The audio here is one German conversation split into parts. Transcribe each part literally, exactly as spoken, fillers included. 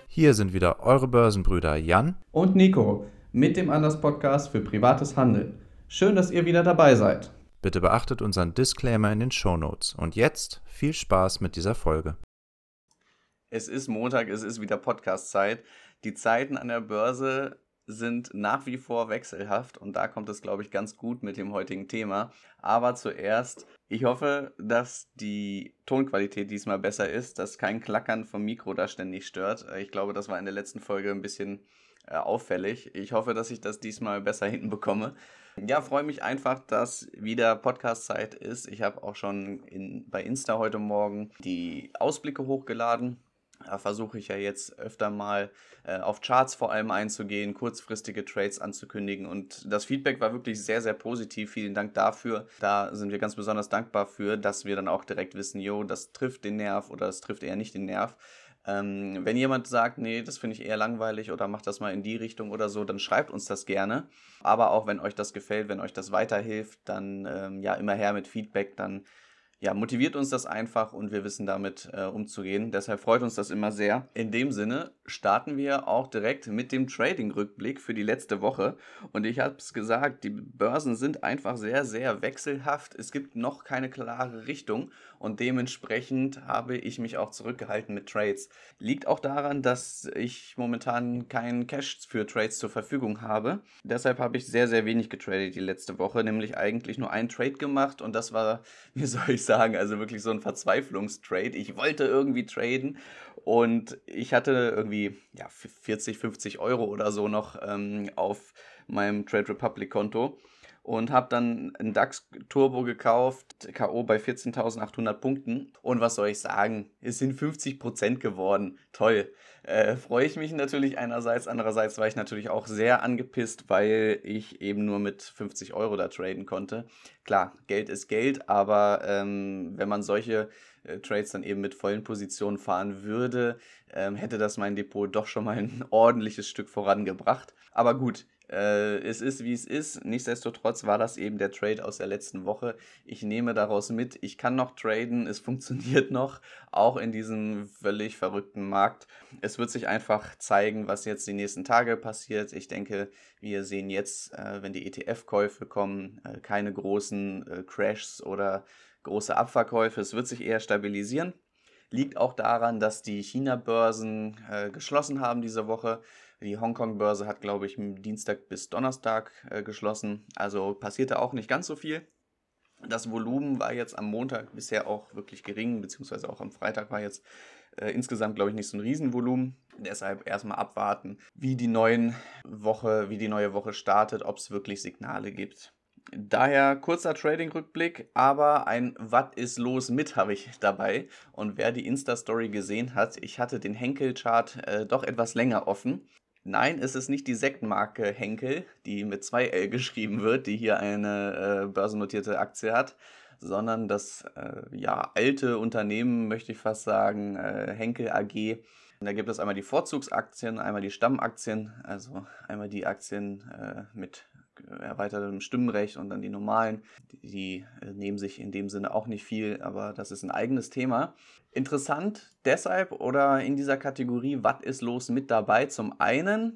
Hier sind wieder eure Börsenbrüder Jan und Nico mit dem Anders Podcast für privates Handeln. Schön, dass ihr wieder dabei seid. Bitte beachtet unseren Disclaimer in den Shownotes. Und jetzt viel Spaß mit dieser Folge. Es ist Montag, es ist wieder Podcast-Zeit. Die Zeiten an der Börse sind nach wie vor wechselhaft und da kommt es, glaube ich, ganz gut mit dem heutigen Thema. Aber zuerst, ich hoffe, dass die Tonqualität diesmal besser ist, dass kein Klackern vom Mikro da ständig stört. Ich glaube, das war in der letzten Folge ein bisschen äh, auffällig. Ich hoffe, dass ich das diesmal besser hinbekomme. Ja, freue mich einfach, dass wieder Podcast-Zeit ist. Ich habe auch schon in, bei Insta heute Morgen die Ausblicke hochgeladen. Da versuche ich ja jetzt öfter mal äh, auf Charts vor allem einzugehen, kurzfristige Trades anzukündigen und das Feedback war wirklich sehr, sehr positiv. Vielen Dank dafür. Da sind wir ganz besonders dankbar für, dass wir dann auch direkt wissen, jo, das trifft den Nerv oder das trifft eher nicht den Nerv. Ähm, wenn jemand sagt, nee, das finde ich eher langweilig oder macht das mal in die Richtung oder so, dann schreibt uns das gerne. Aber auch wenn euch das gefällt, wenn euch das weiterhilft, dann ähm, ja immer her mit Feedback, dann ja, motiviert uns das einfach und wir wissen damit äh, umzugehen. Deshalb freut uns das immer sehr. In dem Sinne starten wir auch direkt mit dem Trading-Rückblick für die letzte Woche. Und ich habe es gesagt, die Börsen sind einfach sehr, sehr wechselhaft. Es gibt noch keine klare Richtung und dementsprechend habe ich mich auch zurückgehalten mit Trades. Liegt auch daran, dass ich momentan keinen Cash für Trades zur Verfügung habe. Deshalb habe ich sehr, sehr wenig getradet die letzte Woche, nämlich eigentlich nur einen Trade gemacht und das war, wie soll ich sagen, sagen, also wirklich so ein Verzweiflungstrade. Ich wollte irgendwie traden und ich hatte irgendwie ja, vierzig, fünfzig Euro oder so noch ähm, auf meinem Trade Republic Konto und habe dann einen DAX Turbo gekauft, K O bei vierzehntausendachthundert Punkten und was soll ich sagen, es sind fünfzig Prozent geworden, toll. Äh, freue ich mich natürlich einerseits, andererseits war ich natürlich auch sehr angepisst, weil ich eben nur mit fünfzig Euro da traden konnte. Klar, Geld ist Geld, aber ähm, wenn man solche äh, Trades dann eben mit vollen Positionen fahren würde, ähm, hätte das mein Depot doch schon mal ein ordentliches Stück vorangebracht. Aber gut, äh, es ist wie es ist. Nichtsdestotrotz war das eben der Trade aus der letzten Woche. Ich nehme daraus mit, ich kann noch traden, es funktioniert noch, auch in diesem völlig verrückten Markt. Es wird sich einfach zeigen, was jetzt die nächsten Tage passiert. Ich denke, wir sehen jetzt, äh, wenn die E T F-Käufe kommen, äh, keine großen äh, Crashs oder große Abverkäufe. Es wird sich eher stabilisieren. Liegt auch daran, dass die China-Börsen äh, geschlossen haben diese Woche. Die Hongkong-Börse hat, glaube ich, Dienstag bis Donnerstag äh, geschlossen. Also passierte auch nicht ganz so viel. Das Volumen war jetzt am Montag bisher auch wirklich gering, beziehungsweise auch am Freitag war jetzt äh, insgesamt, glaube ich, nicht so ein Riesenvolumen. Deshalb erstmal abwarten, wie die neuen Woche, wie die neue Woche startet, ob es wirklich Signale gibt. Daher kurzer Trading-Rückblick, aber ein Was ist los mit habe ich dabei. Und wer die Insta-Story gesehen hat, ich hatte den Henkel-Chart äh, doch etwas länger offen. Nein, es ist nicht die Sektenmarke Henkel, die mit zwei L geschrieben wird, die hier eine äh, börsennotierte Aktie hat, sondern das äh, ja, alte Unternehmen, möchte ich fast sagen, äh, Henkel A G. Und da gibt es einmal die Vorzugsaktien, einmal die Stammaktien, also einmal die Aktien äh, mit erweitertem Stimmrecht und dann die normalen. Die, die äh, nehmen sich in dem Sinne auch nicht viel, aber das ist ein eigenes Thema. Interessant deshalb oder in dieser Kategorie, was ist los mit dabei? Zum einen,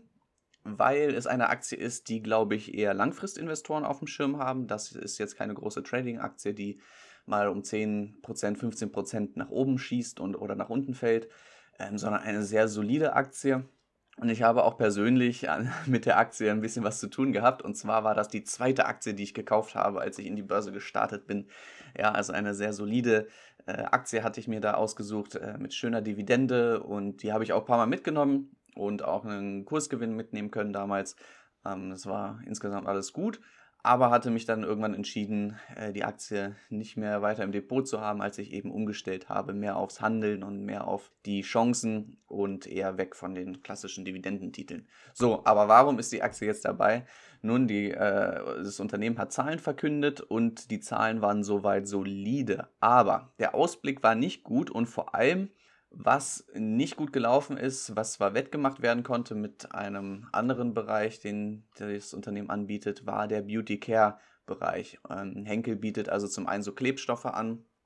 weil es eine Aktie ist, die, glaube ich, eher Langfristinvestoren auf dem Schirm haben. Das ist jetzt keine große Trading-Aktie, die mal um zehn Prozent, fünfzehn Prozent nach oben schießt und, oder nach unten fällt, ähm, sondern eine sehr solide Aktie. Und ich habe auch persönlich an, mit der Aktie ein bisschen was zu tun gehabt. Und zwar war das die zweite Aktie, die ich gekauft habe, als ich in die Börse gestartet bin. Ja, also eine sehr solide äh, Aktie hatte ich mir da ausgesucht äh, mit schöner Dividende. Und die habe ich auch ein paar Mal mitgenommen und auch einen Kursgewinn mitnehmen können damals. Ähm, das war insgesamt alles gut. Aber hatte mich dann irgendwann entschieden, äh, die Aktie nicht mehr weiter im Depot zu haben, als ich eben umgestellt habe, mehr aufs Handeln und mehr auf die Chancen und eher weg von den klassischen Dividendentiteln. So, aber warum ist die Aktie jetzt dabei? Nun, die, äh, das Unternehmen hat Zahlen verkündet und die Zahlen waren soweit solide. Aber der Ausblick war nicht gut und vor allem, was nicht gut gelaufen ist, was zwar wettgemacht werden konnte mit einem anderen Bereich, den das Unternehmen anbietet, war der Beauty Care Bereich. Ähm, Henkel bietet also zum einen so Klebstoffe an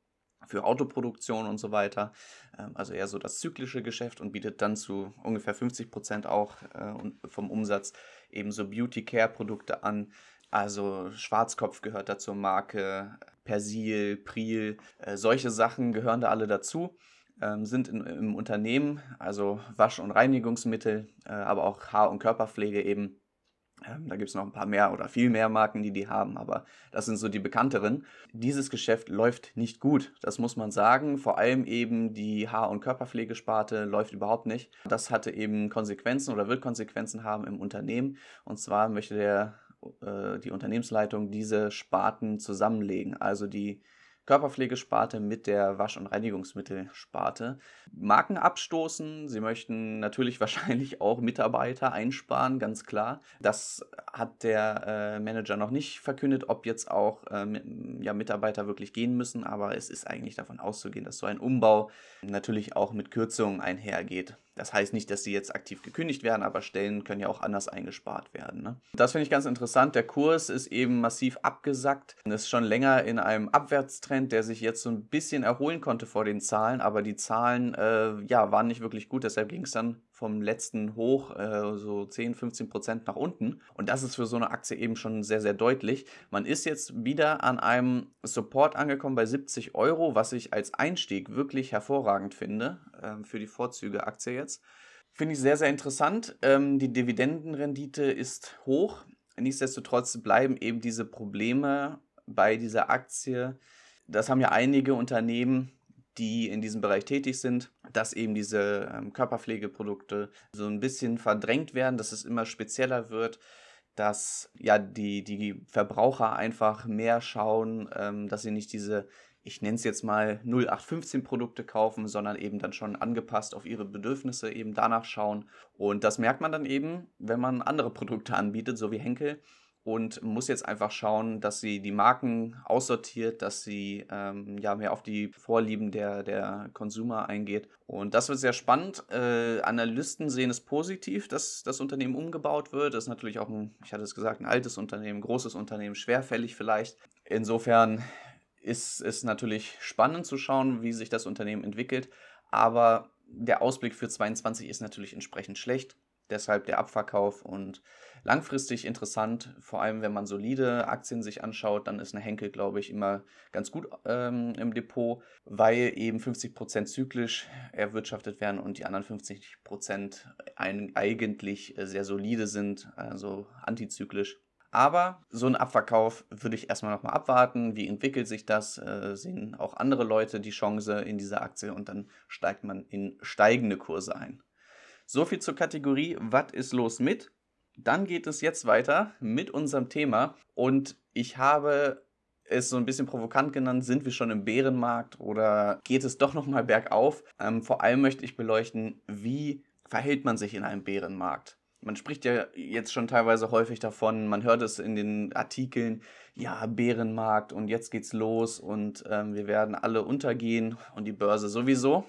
für Autoproduktion und so weiter. Ähm, also eher so das zyklische Geschäft und bietet dann zu ungefähr fünfzig Prozent auch äh, vom Umsatz eben so Beauty-Care-Produkte an. Also Schwarzkopf gehört da zur Marke, Persil, Pril, äh, solche Sachen gehören da alle dazu. Ähm, sind in, im Unternehmen, also Wasch- und Reinigungsmittel, äh, aber auch Haar- und Körperpflege eben. Ähm, da gibt es noch ein paar mehr oder viel mehr Marken, die die haben, aber das sind so die bekannteren. Dieses Geschäft läuft nicht gut, das muss man sagen. Vor allem eben die Haar- und Körperpflegesparte läuft überhaupt nicht. Das hatte eben Konsequenzen oder wird Konsequenzen haben im Unternehmen. Und zwar möchte der, äh, die Unternehmensleitung diese Sparten zusammenlegen, also die Körperpflegesparte mit der Wasch- und Reinigungsmittelsparte. Marken abstoßen, sie möchten natürlich wahrscheinlich auch Mitarbeiter einsparen, ganz klar. Das hat der äh, Manager noch nicht verkündet, ob jetzt auch äh, ja, Mitarbeiter wirklich gehen müssen, aber es ist eigentlich davon auszugehen, dass so ein Umbau natürlich auch mit Kürzungen einhergeht. Das heißt nicht, dass sie jetzt aktiv gekündigt werden, aber Stellen können ja auch anders eingespart werden. Ne? Das finde ich ganz interessant. Der Kurs ist eben massiv abgesackt. Es ist schon länger in einem Abwärtstrend, der sich jetzt so ein bisschen erholen konnte vor den Zahlen, aber die Zahlen äh, ja, waren nicht wirklich gut. Deshalb ging es dann vom letzten Hoch äh, so zehn, fünfzehn Prozent nach unten. Und das ist für so eine Aktie eben schon sehr, sehr deutlich. Man ist jetzt wieder an einem Support angekommen bei siebzig Euro, was ich als Einstieg wirklich hervorragend finde äh, für die Vorzüge-Aktie jetzt. Finde ich sehr, sehr interessant. Ähm, die Dividendenrendite ist hoch. Nichtsdestotrotz bleiben eben diese Probleme bei dieser Aktie. Das haben ja einige Unternehmen, die in diesem Bereich tätig sind, dass eben diese ähm, Körperpflegeprodukte so ein bisschen verdrängt werden, dass es immer spezieller wird, dass ja die, die Verbraucher einfach mehr schauen, ähm, dass sie nicht diese, ich nenne es jetzt mal null acht fünfzehn Produkte kaufen, sondern eben dann schon angepasst auf ihre Bedürfnisse eben danach schauen. Und das merkt man dann eben, wenn man andere Produkte anbietet, so wie Henkel. Und muss jetzt einfach schauen, dass sie die Marken aussortiert, dass sie ähm, ja, mehr auf die Vorlieben der, der Consumer eingeht. Und das wird sehr spannend. Äh, Analysten sehen es positiv, dass das Unternehmen umgebaut wird. Das ist natürlich auch ein, ich hatte es gesagt, ein altes Unternehmen, ein großes Unternehmen, schwerfällig vielleicht. Insofern ist es natürlich spannend zu schauen, wie sich das Unternehmen entwickelt. Aber der Ausblick für zweiundzwanzig ist natürlich entsprechend schlecht. Deshalb der Abverkauf und langfristig interessant, vor allem wenn man solide Aktien sich anschaut, dann ist eine Henkel, glaube ich, immer ganz gut ähm, im Depot, weil eben fünfzig Prozent zyklisch erwirtschaftet werden und die anderen fünfzig Prozent ein, eigentlich sehr solide sind, also antizyklisch. Aber so ein Abverkauf würde ich erstmal nochmal abwarten. Wie entwickelt sich das? Äh, sehen auch andere Leute die Chance in dieser Aktie und dann steigt man in steigende Kurse ein. So viel zur Kategorie, was ist los mit? Dann geht es jetzt weiter mit unserem Thema und ich habe es so ein bisschen provokant genannt, sind wir schon im Bärenmarkt oder geht es doch nochmal bergauf? Ähm, vor allem möchte ich beleuchten, wie verhält man sich in einem Bärenmarkt? Man spricht ja jetzt schon teilweise häufig davon, man hört es in den Artikeln, ja, Bärenmarkt und jetzt geht's los und ähm, wir werden alle untergehen und die Börse sowieso.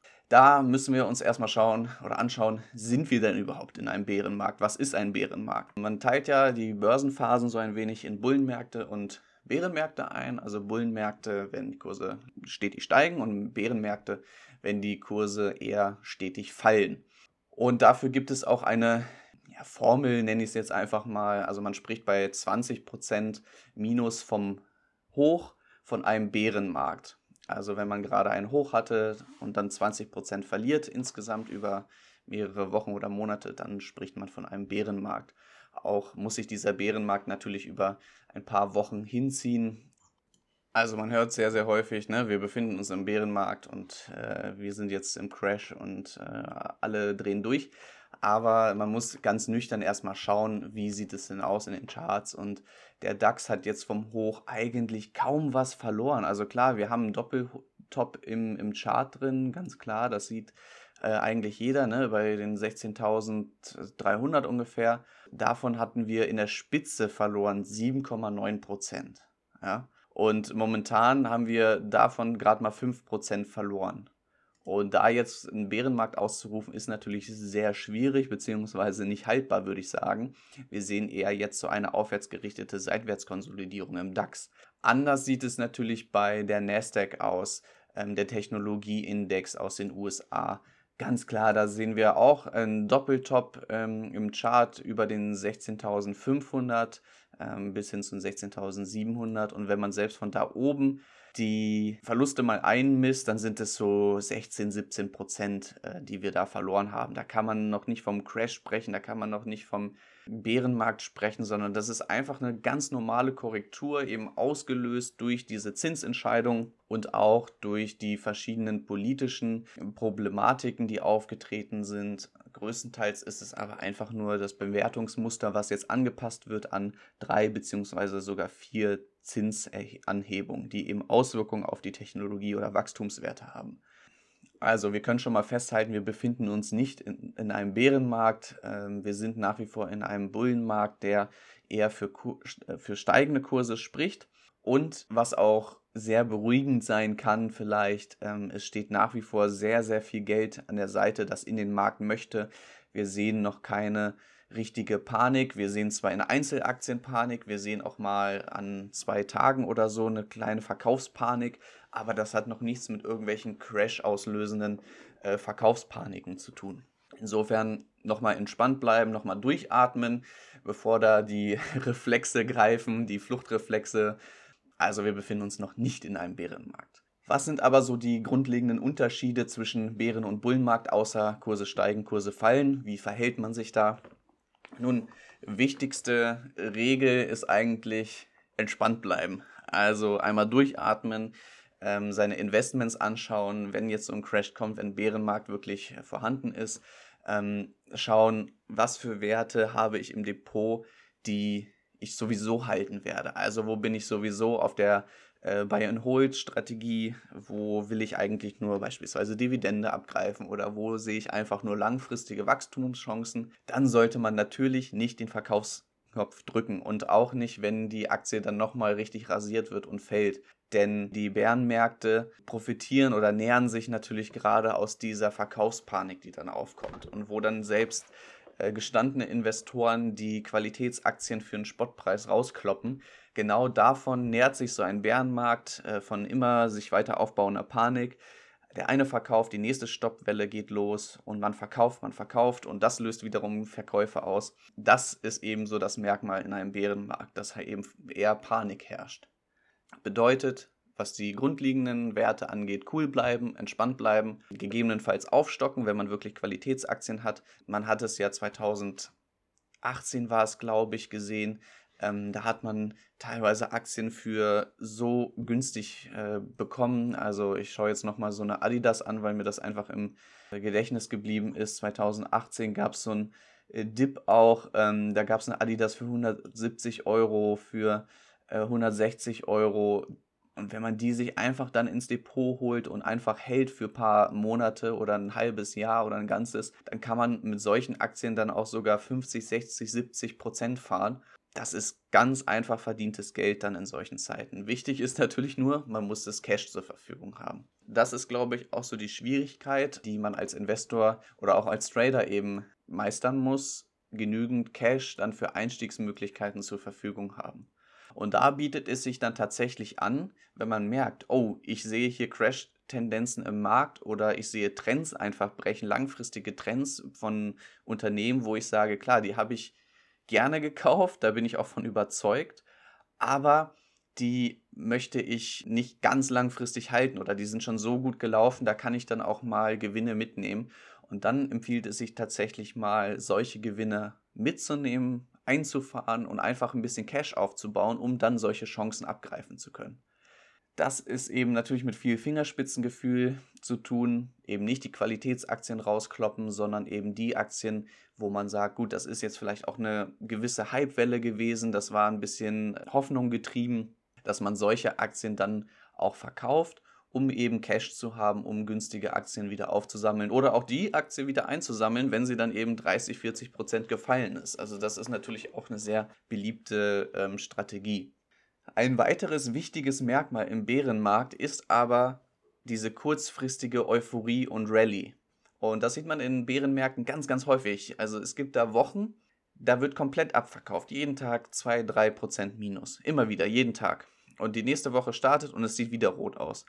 Da müssen wir uns erstmal schauen oder anschauen, sind wir denn überhaupt in einem Bärenmarkt? Was ist ein Bärenmarkt? Man teilt ja die Börsenphasen so ein wenig in Bullenmärkte und Bärenmärkte ein. Also Bullenmärkte, wenn die Kurse stetig steigen und Bärenmärkte, wenn die Kurse eher stetig fallen. Und dafür gibt es auch eine ja, Formel, nenne ich es jetzt einfach mal. Also man spricht bei zwanzig Prozent Minus vom Hoch von einem Bärenmarkt. Also wenn man gerade einen Hoch hatte und dann zwanzig Prozent verliert insgesamt über mehrere Wochen oder Monate, dann spricht man von einem Bärenmarkt. Auch muss sich dieser Bärenmarkt natürlich über ein paar Wochen hinziehen. Also man hört sehr, sehr häufig, ne, wir befinden uns im Bärenmarkt und äh, wir sind jetzt im Crash und äh, alle drehen durch. Aber man muss ganz nüchtern erstmal schauen, wie sieht es denn aus in den Charts. Und der DAX hat jetzt vom Hoch eigentlich kaum was verloren. Also klar, wir haben einen Doppeltop im, im Chart drin, ganz klar. Das sieht äh, eigentlich jeder, ne, bei den sechzehntausenddreihundert ungefähr. Davon hatten wir in der Spitze verloren sieben Komma neun Prozent. Ja? Und momentan haben wir davon gerade mal fünf Prozent verloren. Und da jetzt einen Bärenmarkt auszurufen, ist natürlich sehr schwierig, beziehungsweise nicht haltbar, würde ich sagen. Wir sehen eher jetzt so eine aufwärtsgerichtete Seitwärtskonsolidierung im DAX. Anders sieht es natürlich bei der Nasdaq aus. ähm, der Technologieindex aus den U S A. Ganz klar, da sehen wir auch einen Doppeltop ähm, im Chart über den sechzehntausendfünfhundert ähm, bis hin zu sechzehntausendsiebenhundert. Und wenn man selbst von da oben die Verluste mal einmisst, dann sind es so sechzehn, siebzehn Prozent, äh, die wir da verloren haben. Da kann man noch nicht vom Crash sprechen, da kann man noch nicht vom Bärenmarkt sprechen, sondern das ist einfach eine ganz normale Korrektur, eben ausgelöst durch diese Zinsentscheidung und auch durch die verschiedenen politischen Problematiken, die aufgetreten sind. Größtenteils ist es aber einfach nur das Bewertungsmuster, was jetzt angepasst wird an drei beziehungsweise sogar vier Zinsanhebungen, die eben Auswirkungen auf die Technologie- oder Wachstumswerte haben. Also wir können schon mal festhalten, wir befinden uns nicht in, in einem Bärenmarkt, ähm, wir sind nach wie vor in einem Bullenmarkt, der eher für, für steigende Kurse spricht. Und was auch sehr beruhigend sein kann vielleicht, ähm, es steht nach wie vor sehr, sehr viel Geld an der Seite, das in den Markt möchte. Wir sehen noch keine richtige Panik. Wir sehen zwar in Einzelaktien Panik, wir sehen auch mal an zwei Tagen oder so eine kleine Verkaufspanik, aber das hat noch nichts mit irgendwelchen Crash auslösenden äh, Verkaufspaniken zu tun. Insofern nochmal entspannt bleiben, nochmal durchatmen, bevor da die Reflexe greifen, die Fluchtreflexe. Also wir befinden uns noch nicht in einem Bärenmarkt. Was sind aber so die grundlegenden Unterschiede zwischen Bären- und Bullenmarkt, außer Kurse steigen, Kurse fallen? Wie verhält man sich da? Nun, wichtigste Regel ist eigentlich entspannt bleiben. Also einmal durchatmen, ähm, seine Investments anschauen, wenn jetzt so ein Crash kommt, wenn Bärenmarkt wirklich vorhanden ist. Ähm, schauen, was für Werte habe ich im Depot, die ich sowieso halten werde. Also wo bin ich sowieso auf der äh, Buy-and-Hold-Strategie, wo will ich eigentlich nur beispielsweise Dividende abgreifen oder wo sehe ich einfach nur langfristige Wachstumschancen, dann sollte man natürlich nicht den Verkaufsknopf drücken und auch nicht, wenn die Aktie dann nochmal richtig rasiert wird und fällt. Denn die Bärenmärkte profitieren oder nähern sich natürlich gerade aus dieser Verkaufspanik, die dann aufkommt und wo dann selbst äh, gestandene Investoren die Qualitätsaktien für einen Spottpreis rauskloppen. Genau davon nährt sich so ein Bärenmarkt, äh, von immer sich weiter aufbauender Panik. Der eine verkauft, die nächste Stoppwelle geht los und man verkauft, man verkauft und das löst wiederum Verkäufe aus. Das ist eben so das Merkmal in einem Bärenmarkt, dass eben eher Panik herrscht. Bedeutet, was die grundlegenden Werte angeht, cool bleiben, entspannt bleiben, gegebenenfalls aufstocken, wenn man wirklich Qualitätsaktien hat. Man hat es ja zweitausendachtzehn war es, glaube ich, gesehen. Ähm, da hat man teilweise Aktien für so günstig äh, bekommen. Also ich schaue jetzt nochmal so eine Adidas an, weil mir das einfach im Gedächtnis geblieben ist. zweitausendachtzehn gab es so einen äh, Dip auch. Ähm, da gab es eine Adidas für hundertsiebzig Euro, für äh, hundertsechzig Euro. Und wenn man die sich einfach dann ins Depot holt und einfach hält für ein paar Monate oder ein halbes Jahr oder ein ganzes, dann kann man mit solchen Aktien dann auch sogar fünfzig, sechzig, siebzig Prozent fahren. Das ist ganz einfach verdientes Geld dann in solchen Zeiten. Wichtig ist natürlich nur, man muss das Cash zur Verfügung haben. Das ist, glaube ich, auch so die Schwierigkeit, die man als Investor oder auch als Trader eben meistern muss, genügend Cash dann für Einstiegsmöglichkeiten zur Verfügung haben. Und da bietet es sich dann tatsächlich an, wenn man merkt, oh, ich sehe hier Crash-Tendenzen im Markt oder ich sehe Trends einfach brechen, langfristige Trends von Unternehmen, wo ich sage, klar, die habe ich gerne gekauft, da bin ich auch von überzeugt, aber die möchte ich nicht ganz langfristig halten oder die sind schon so gut gelaufen, da kann ich dann auch mal Gewinne mitnehmen. Und dann empfiehlt es sich tatsächlich mal, solche Gewinne mitzunehmen, einzufahren und einfach ein bisschen Cash aufzubauen, um dann solche Chancen abgreifen zu können. Das ist eben natürlich mit viel Fingerspitzengefühl zu tun, eben nicht die Qualitätsaktien rauskloppen, sondern eben die Aktien, wo man sagt, gut, das ist jetzt vielleicht auch eine gewisse Hypewelle gewesen, das war ein bisschen Hoffnung getrieben, dass man solche Aktien dann auch verkauft, um eben Cash zu haben, um günstige Aktien wieder aufzusammeln oder auch die Aktie wieder einzusammeln, wenn sie dann eben dreißig, vierzig Prozent gefallen ist. Also das ist natürlich auch eine sehr beliebte ähm, Strategie. Ein weiteres wichtiges Merkmal im Bärenmarkt ist aber diese kurzfristige Euphorie und Rallye. Und das sieht man in Bärenmärkten ganz, ganz häufig. Also es gibt da Wochen, da wird komplett abverkauft. Jeden Tag zwei, drei Prozent Minus. Immer wieder, jeden Tag. Und die nächste Woche startet und es sieht wieder rot aus.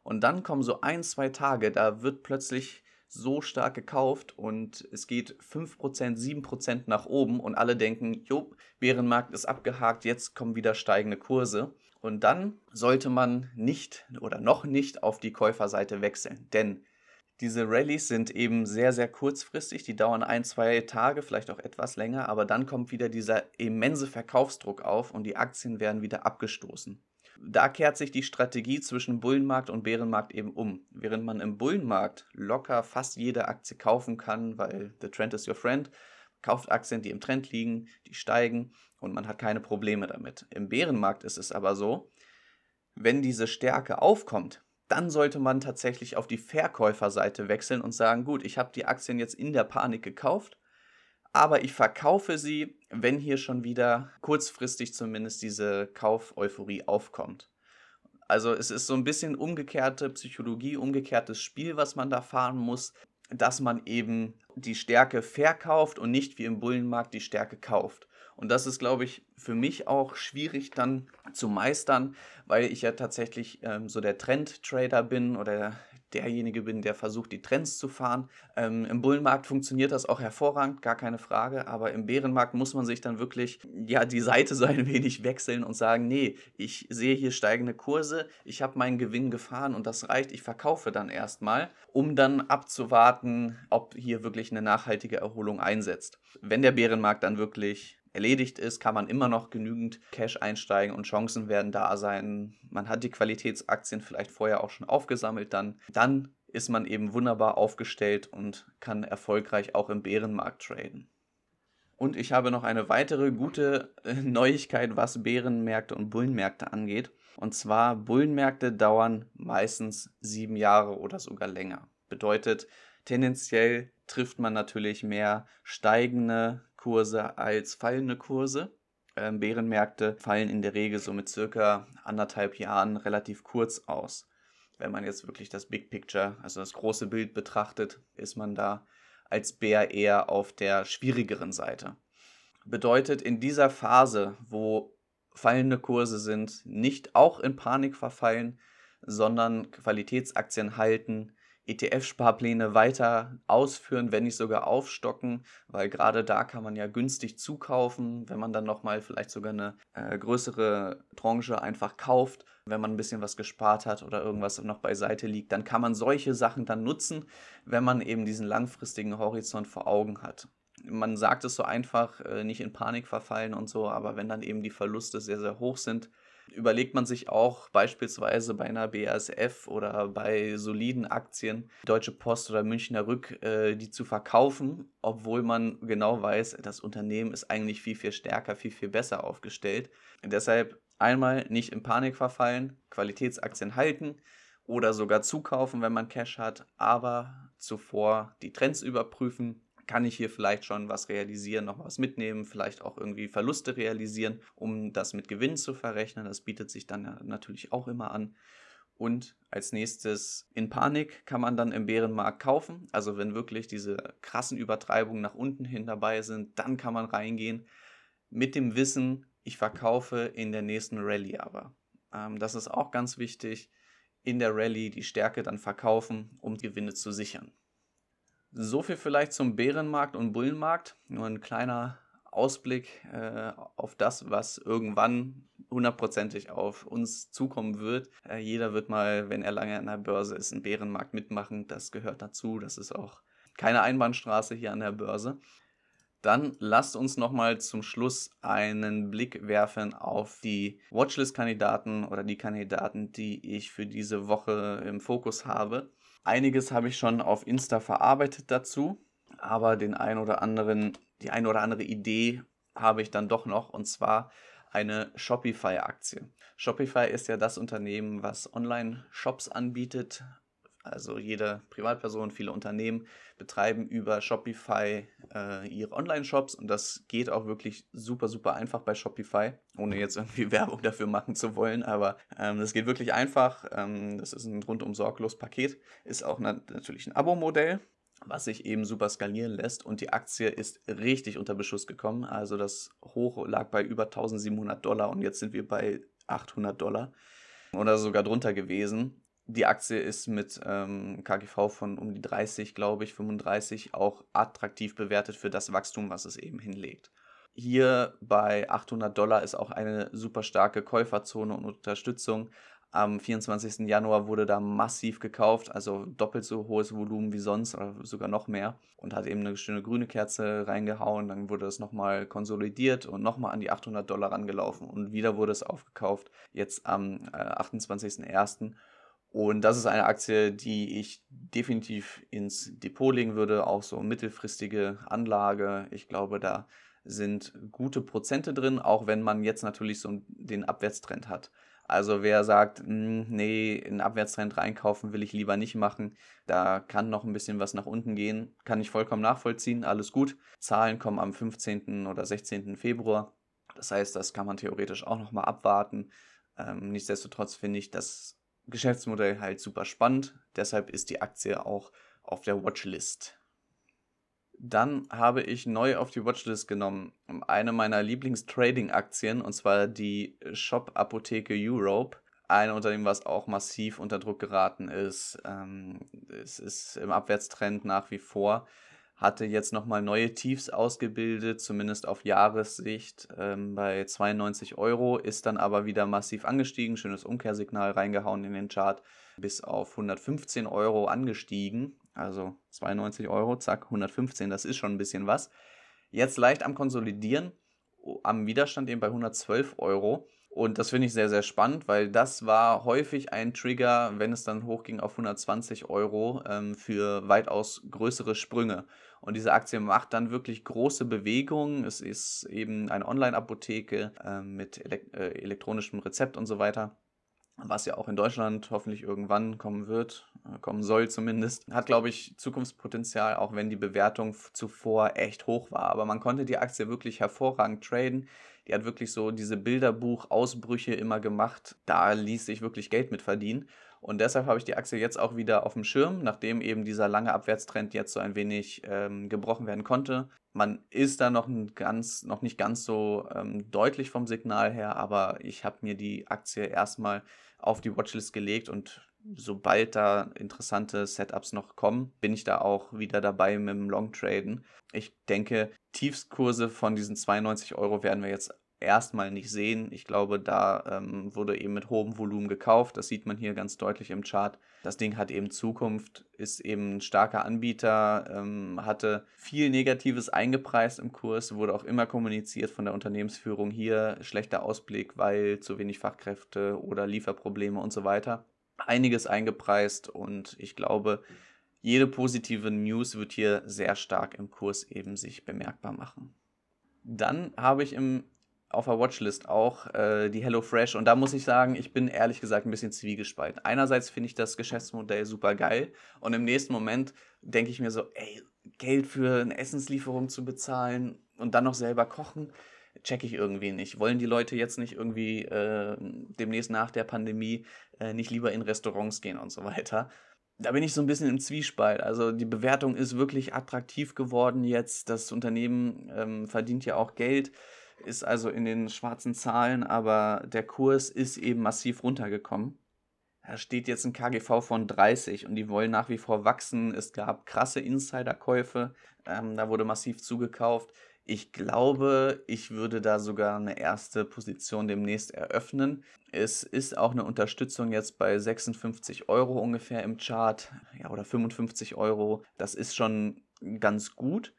Und dann kommen so ein, zwei Tage, da wird plötzlich so stark gekauft und es geht fünf Prozent, sieben Prozent nach oben und alle denken, jo, Bärenmarkt ist abgehakt, jetzt kommen wieder steigende Kurse. Und dann sollte man nicht oder noch nicht auf die Käuferseite wechseln, denn diese Rallyes sind eben sehr, sehr kurzfristig, die dauern ein, zwei Tage, vielleicht auch etwas länger, aber dann kommt wieder dieser immense Verkaufsdruck auf und die Aktien werden wieder abgestoßen. Da kehrt sich die Strategie zwischen Bullenmarkt und Bärenmarkt eben um. Während man im Bullenmarkt locker fast jede Aktie kaufen kann, weil the trend is your friend, kauft Aktien, die im Trend liegen, die steigen und man hat keine Probleme damit. Im Bärenmarkt ist es aber so, wenn diese Stärke aufkommt, dann sollte man tatsächlich auf die Verkäuferseite wechseln und sagen, gut, ich habe die Aktien jetzt in der Panik gekauft, aber ich verkaufe sie, wenn hier schon wieder kurzfristig zumindest diese Kauf-Euphorie aufkommt. Also es ist so ein bisschen umgekehrte Psychologie, umgekehrtes Spiel, was man da fahren muss, dass man eben die Stärke verkauft und nicht wie im Bullenmarkt die Stärke kauft. Und das ist, glaube ich, für mich auch schwierig dann zu meistern, weil ich ja tatsächlich ähm, so der Trend-Trader bin oder derjenige bin, der versucht, die Trends zu fahren. Ähm, Im Bullenmarkt funktioniert das auch hervorragend, gar keine Frage, aber im Bärenmarkt muss man sich dann wirklich ja die Seite so ein wenig wechseln und sagen, nee, ich sehe hier steigende Kurse, ich habe meinen Gewinn gefahren und das reicht, ich verkaufe dann erstmal, um dann abzuwarten, ob hier wirklich eine nachhaltige Erholung einsetzt. Wenn der Bärenmarkt dann wirklich erledigt ist, kann man immer noch genügend Cash einsteigen und Chancen werden da sein. Man hat die Qualitätsaktien vielleicht vorher auch schon aufgesammelt, dann, dann ist man eben wunderbar aufgestellt und kann erfolgreich auch im Bärenmarkt traden. Und ich habe noch eine weitere gute Neuigkeit, was Bärenmärkte und Bullenmärkte angeht. Und zwar, Bullenmärkte dauern meistens sieben Jahre oder sogar länger. Bedeutet, tendenziell trifft man natürlich mehr steigende Kurse als fallende Kurse. Ähm, Bärenmärkte fallen in der Regel so mit circa anderthalb Jahren relativ kurz aus. Wenn man jetzt wirklich das Big Picture, also das große Bild betrachtet, ist man da als Bär eher auf der schwierigeren Seite. Bedeutet, in dieser Phase, wo fallende Kurse sind, nicht auch in Panik verfallen, sondern Qualitätsaktien halten, E T F-Sparpläne weiter ausführen, wenn nicht sogar aufstocken, weil gerade da kann man ja günstig zukaufen, wenn man dann nochmal vielleicht sogar eine äh, größere Tranche einfach kauft, wenn man ein bisschen was gespart hat oder irgendwas noch beiseite liegt, dann kann man solche Sachen dann nutzen, wenn man eben diesen langfristigen Horizont vor Augen hat. Man sagt es so einfach, äh, nicht in Panik verfallen und so, aber wenn dann eben die Verluste sehr, sehr hoch sind, überlegt man sich auch beispielsweise bei einer B A S F oder bei soliden Aktien, Deutsche Post oder Münchner Rück, äh, die zu verkaufen, obwohl man genau weiß, das Unternehmen ist eigentlich viel, viel stärker, viel, viel besser aufgestellt. Deshalb einmal nicht in Panik verfallen, Qualitätsaktien halten oder sogar zukaufen, wenn man Cash hat, aber zuvor die Trends überprüfen. Kann ich hier vielleicht schon was realisieren, noch was mitnehmen, vielleicht auch irgendwie Verluste realisieren, um das mit Gewinn zu verrechnen. Das bietet sich dann ja natürlich auch immer an. Und als nächstes in Panik kann man dann im Bärenmarkt kaufen. Also wenn wirklich diese krassen Übertreibungen nach unten hin dabei sind, dann kann man reingehen mit dem Wissen, ich verkaufe in der nächsten Rallye aber. Ähm, das ist auch ganz wichtig, in der Rallye die Stärke dann verkaufen, um Gewinne zu sichern. So viel vielleicht zum Bärenmarkt und Bullenmarkt. Nur ein kleiner Ausblick äh, auf das, was irgendwann hundertprozentig auf uns zukommen wird. Äh, jeder wird mal, wenn er lange an der Börse ist, einen Bärenmarkt mitmachen. Das gehört dazu. Das ist auch keine Einbahnstraße hier an der Börse. Dann lasst uns nochmal zum Schluss einen Blick werfen auf die Watchlist-Kandidaten oder die Kandidaten, die ich für diese Woche im Fokus habe. Einiges habe ich schon auf Insta verarbeitet dazu, aber den ein oder anderen, die ein oder andere Idee habe ich dann doch noch, und zwar eine Shopify-Aktie. Shopify ist ja das Unternehmen, was Online-Shops anbietet. Also jede Privatperson, viele Unternehmen betreiben über Shopify äh, ihre Online-Shops und das geht auch wirklich super, super einfach bei Shopify, ohne jetzt irgendwie Werbung dafür machen zu wollen, aber ähm, das geht wirklich einfach. Ähm, das ist ein rundum sorglos Paket, ist auch na- natürlich ein Abo-Modell, was sich eben super skalieren lässt und die Aktie ist richtig unter Beschuss gekommen. Also das Hoch lag bei über eintausendsiebenhundert Dollar und jetzt sind wir bei achthundert Dollar oder sogar drunter gewesen. Die Aktie ist mit ähm, K G V von um die dreißig, glaube ich, fünfunddreißig auch attraktiv bewertet für das Wachstum, was es eben hinlegt. Hier bei achthundert Dollar ist auch eine super starke Käuferzone und Unterstützung. Am vierundzwanzigsten Januar wurde da massiv gekauft, also doppelt so hohes Volumen wie sonst, oder sogar noch mehr. Und hat eben eine schöne grüne Kerze reingehauen. Dann wurde es nochmal konsolidiert und nochmal an die achthundert Dollar rangelaufen. Und wieder wurde es aufgekauft, jetzt am äh, achtundzwanzigsten ersten Und das ist eine Aktie, die ich definitiv ins Depot legen würde, auch so mittelfristige Anlage. Ich glaube, da sind gute Prozente drin, auch wenn man jetzt natürlich so den Abwärtstrend hat. Also wer sagt, "Hm, nee, in den Abwärtstrend reinkaufen will ich lieber nicht machen, da kann noch ein bisschen was nach unten gehen, kann ich vollkommen nachvollziehen, alles gut. Zahlen kommen am fünfzehnten oder sechzehnten Februar. Das heißt, das kann man theoretisch auch nochmal abwarten. Ähm, nichtsdestotrotz finde ich das Geschäftsmodell halt super spannend, deshalb ist die Aktie auch auf der Watchlist. Dann habe ich neu auf die Watchlist genommen eine meiner Lieblings-Trading-Aktien, und zwar die Shop Apotheke Europe. Ein Unternehmen, was auch massiv unter Druck geraten ist. Ähm, es ist im Abwärtstrend nach wie vor. Hatte jetzt nochmal neue Tiefs ausgebildet, zumindest auf Jahressicht ähm, bei zweiundneunzig Euro, ist dann aber wieder massiv angestiegen, schönes Umkehrsignal reingehauen in den Chart, bis auf hundertfünfzehn Euro angestiegen, also zweiundneunzig Euro, zack, hundertfünfzehn, das ist schon ein bisschen was. Jetzt leicht am Konsolidieren, am Widerstand eben bei hundertzwölf Euro. Und das finde ich sehr, sehr spannend, weil das war häufig ein Trigger, wenn es dann hochging auf hundertzwanzig Euro ähm, für weitaus größere Sprünge. Und diese Aktie macht dann wirklich große Bewegungen. Es ist eben eine Online-Apotheke ähm, mit elek- äh, elektronischem Rezept und so weiter, was ja auch in Deutschland hoffentlich irgendwann kommen wird, äh, kommen soll zumindest. Hat, glaube ich, Zukunftspotenzial, auch wenn die Bewertung f- zuvor echt hoch war. Aber man konnte die Aktie wirklich hervorragend traden. Die hat wirklich so diese Bilderbuch-Ausbrüche immer gemacht. Da ließ sich wirklich Geld mit verdienen. Und deshalb habe ich die Aktie jetzt auch wieder auf dem Schirm, nachdem eben dieser lange Abwärtstrend jetzt so ein wenig ähm, gebrochen werden konnte. Man ist da noch, ein ganz, noch nicht ganz so ähm, deutlich vom Signal her, aber ich habe mir die Aktie erstmal auf die Watchlist gelegt, und sobald da interessante Setups noch kommen, bin ich da auch wieder dabei mit dem Long-Traden. Ich denke, Tiefskurse von diesen zweiundneunzig Euro werden wir jetzt erstmal nicht sehen. Ich glaube, da ähm, wurde eben mit hohem Volumen gekauft. Das sieht man hier ganz deutlich im Chart. Das Ding hat eben Zukunft, ist eben ein starker Anbieter, ähm, hatte viel Negatives eingepreist im Kurs, wurde auch immer kommuniziert von der Unternehmensführung hier, schlechter Ausblick, weil zu wenig Fachkräfte oder Lieferprobleme und so weiter. Einiges eingepreist, und ich glaube, jede positive News wird hier sehr stark im Kurs eben sich bemerkbar machen. Dann habe ich im, auf der Watchlist auch äh, die HelloFresh, und da muss ich sagen, ich bin ehrlich gesagt ein bisschen zwiegespalten. Einerseits finde ich das Geschäftsmodell super geil, und im nächsten Moment denke ich mir so, ey, Geld für eine Essenslieferung zu bezahlen und dann noch selber kochen, checke ich irgendwie nicht. Wollen die Leute jetzt nicht irgendwie äh, demnächst nach der Pandemie äh, nicht lieber in Restaurants gehen und so weiter? Da bin ich so ein bisschen im Zwiespalt. Also die Bewertung ist wirklich attraktiv geworden jetzt. Das Unternehmen ähm, verdient ja auch Geld, ist also in den schwarzen Zahlen, aber der Kurs ist eben massiv runtergekommen. Da steht jetzt ein K G V von dreißig, und die wollen nach wie vor wachsen. Es gab krasse Insiderkäufe, ähm, da wurde massiv zugekauft. Ich glaube, ich würde da sogar eine erste Position demnächst eröffnen. Es ist auch eine Unterstützung jetzt bei sechsundfünfzig Euro ungefähr im Chart, ja, oder fünfundfünfzig Euro. Das ist schon ganz gut,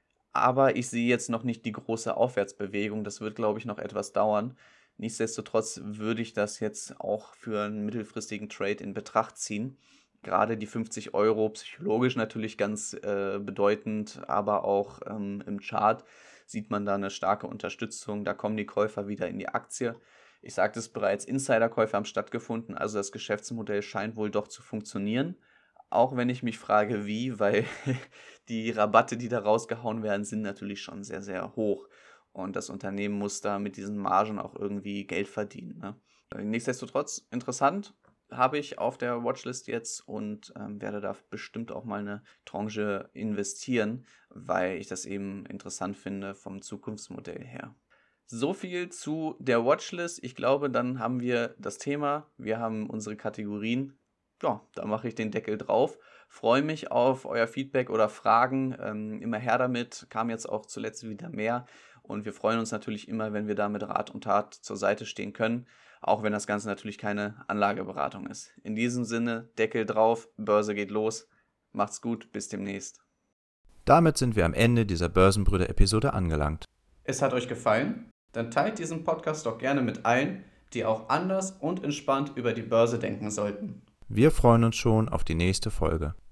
aber ich sehe jetzt noch nicht die große Aufwärtsbewegung. Das wird, glaube ich, noch etwas dauern. Nichtsdestotrotz würde ich das jetzt auch für einen mittelfristigen Trade in Betracht ziehen. Gerade die fünfzig Euro, psychologisch natürlich ganz äh, bedeutend, aber auch ähm, im Chart sieht man da eine starke Unterstützung. Da kommen die Käufer wieder in die Aktie. Ich sagte es bereits, Insiderkäufe haben stattgefunden, also das Geschäftsmodell scheint wohl doch zu funktionieren. Auch wenn ich mich frage, wie, weil die Rabatte, die da rausgehauen werden, sind natürlich schon sehr, sehr hoch. Und das Unternehmen muss da mit diesen Margen auch irgendwie Geld verdienen. Ne? Nichtsdestotrotz interessant, habe ich auf der Watchlist jetzt, und ähm, werde da bestimmt auch mal eine Tranche investieren, weil ich das eben interessant finde vom Zukunftsmodell her. So viel zu der Watchlist. Ich glaube, dann haben wir das Thema, wir haben unsere Kategorien. ja, da mache ich den Deckel drauf. Freue mich auf euer Feedback oder Fragen. Ähm, immer her damit. Kam jetzt auch zuletzt wieder mehr. Und wir freuen uns natürlich immer, wenn wir da mit Rat und Tat zur Seite stehen können. Auch wenn das Ganze natürlich keine Anlageberatung ist. In diesem Sinne, Deckel drauf, Börse geht los. Macht's gut, bis demnächst. Damit sind wir am Ende dieser Börsenbrüder-Episode angelangt. Es hat euch gefallen? Dann teilt diesen Podcast doch gerne mit allen, die auch anders und entspannt über die Börse denken sollten. Wir freuen uns schon auf die nächste Folge.